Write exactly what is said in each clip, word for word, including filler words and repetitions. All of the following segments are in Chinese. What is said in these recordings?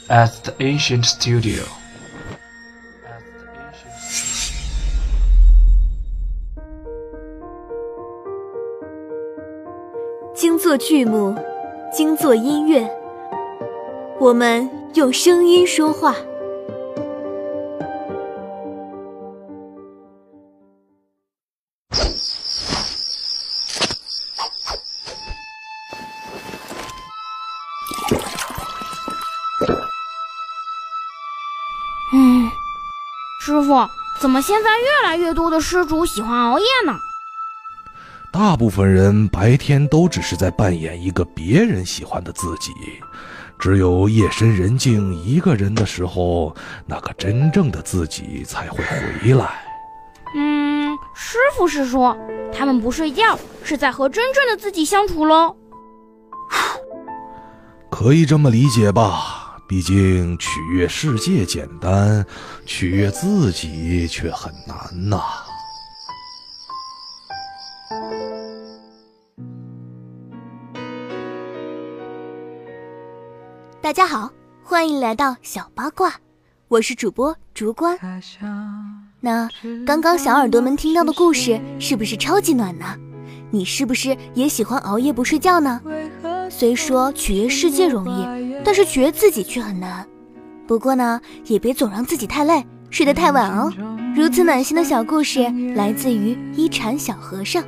at the ancient studio. 精作剧目，精作音乐，我们用声音说话。 嗯，师傅，怎么现在越来越多的施主喜欢熬夜呢？ 大部分人白天都只是在扮演一个别人喜欢的自己，只有夜深人静一个人的时候，那个真正的自己才会回来。 嗯，师傅是说他们不睡觉是在和真正的自己相处咯。 可以这么理解吧，毕竟取悦世界简单，取悦自己却很难呐。 大家好，欢迎来到小八卦，我是主播竹关。那刚刚小耳朵们听到的故事是不是超级暖呢？你是不是也喜欢熬夜不睡觉呢？虽说取悦世界容易，但是取悦自己却很难。不过呢，也别总让自己太累，睡得太晚哦。如此暖心的小故事来自于一禅小和尚。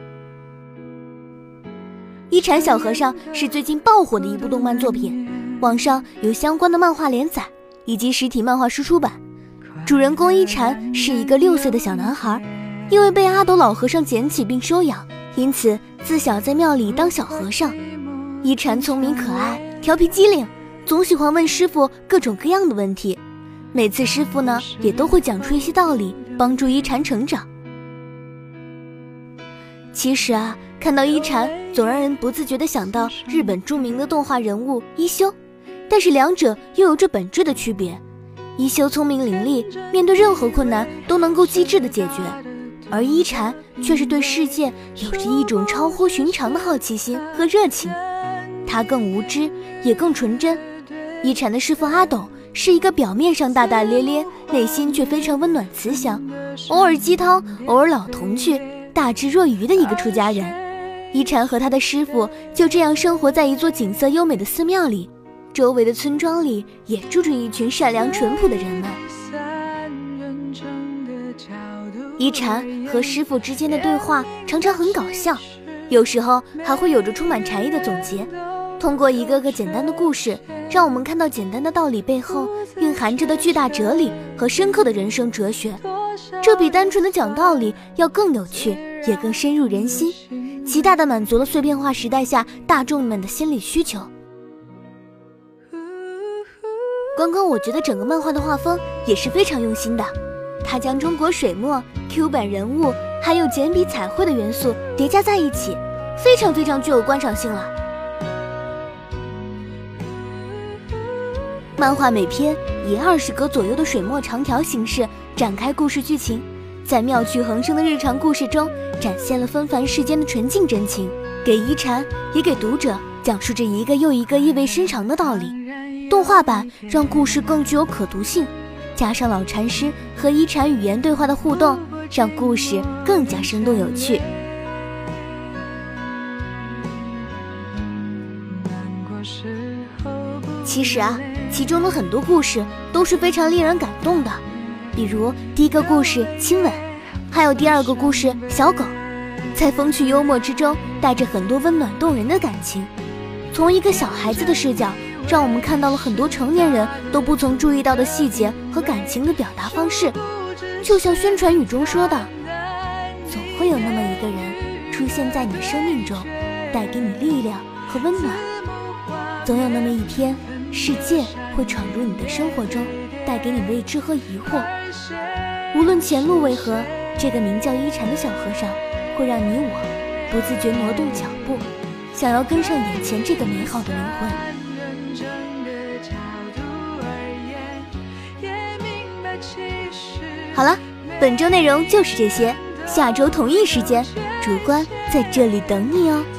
一禅小和尚是最近爆火的一部动漫作品，网上有相关的漫画连载以及实体漫画书出版。主人公一禅是一个六岁的小男孩，因为被阿斗老和尚捡起并收养，因此自小在庙里当小和尚。一禅聪明可爱，调皮机灵，总喜欢问师傅各种各样的问题，每次师傅呢也都会讲出一些道理，帮助一禅成长。其实啊，看到一禅总让人不自觉地想到日本著名的动画人物一休，但是两者又有着本质的区别。一休聪明伶俐，面对任何困难都能够机智地解决，而一禅却是对世界有着一种超乎寻常的好奇心和热情。他更无知，也更纯真。一禅的师父阿斗是一个表面上大大咧咧，内心却非常温暖慈祥，偶尔鸡汤，偶尔老童趣，大智若愚的一个出家人。一禅和他的师父就这样生活在一座景色优美的寺庙里，周围的村庄里也住着一群善良淳朴的人们。一禅和师父之间的对话常常很搞笑，有时候还会有着充满禅意的总结。通过一个个简单的故事，让我们看到简单的道理背后蕴含着的巨大哲理和深刻的人生哲学。这比单纯的讲道理要更有趣，也更深入人心，极大地满足了碎片化时代下大众们的心理需求。刚刚我觉得整个漫画的画风也是非常用心的，它将中国水墨、Q 版人物还有简笔彩绘的元素叠加在一起，非常非常具有观赏性了。漫画每篇以二十格左右的水墨长条形式展开故事剧情，在妙趣横生的日常故事中展现了纷繁世间的纯净真情，给一禅也给读者讲述着一个又一个意味深长的道理。动画版让故事更具有可读性，加上老禅师和一禅语言对话的互动，让故事更加生动有趣。其实啊，其中的很多故事都是非常令人感动的，比如第一个故事亲吻，还有第二个故事小狗，在风趣幽默之中带着很多温暖动人的感情。从一个小孩子的视角，让我们看到了很多成年人都不曾注意到的细节和感情的表达方式。就像宣传语中说的，总会有那么一个人出现在你的生命中，带给你力量和温暖。总有那么一天，世界会闯入你的生活中，带给你未知和疑惑。无论前路为何，这个名叫一禅的小和尚会让你我不自觉挪动脚步，想要跟上眼前这个美好的灵魂。好了，本周内容就是这些，下周同一时间，主观在这里等你哦。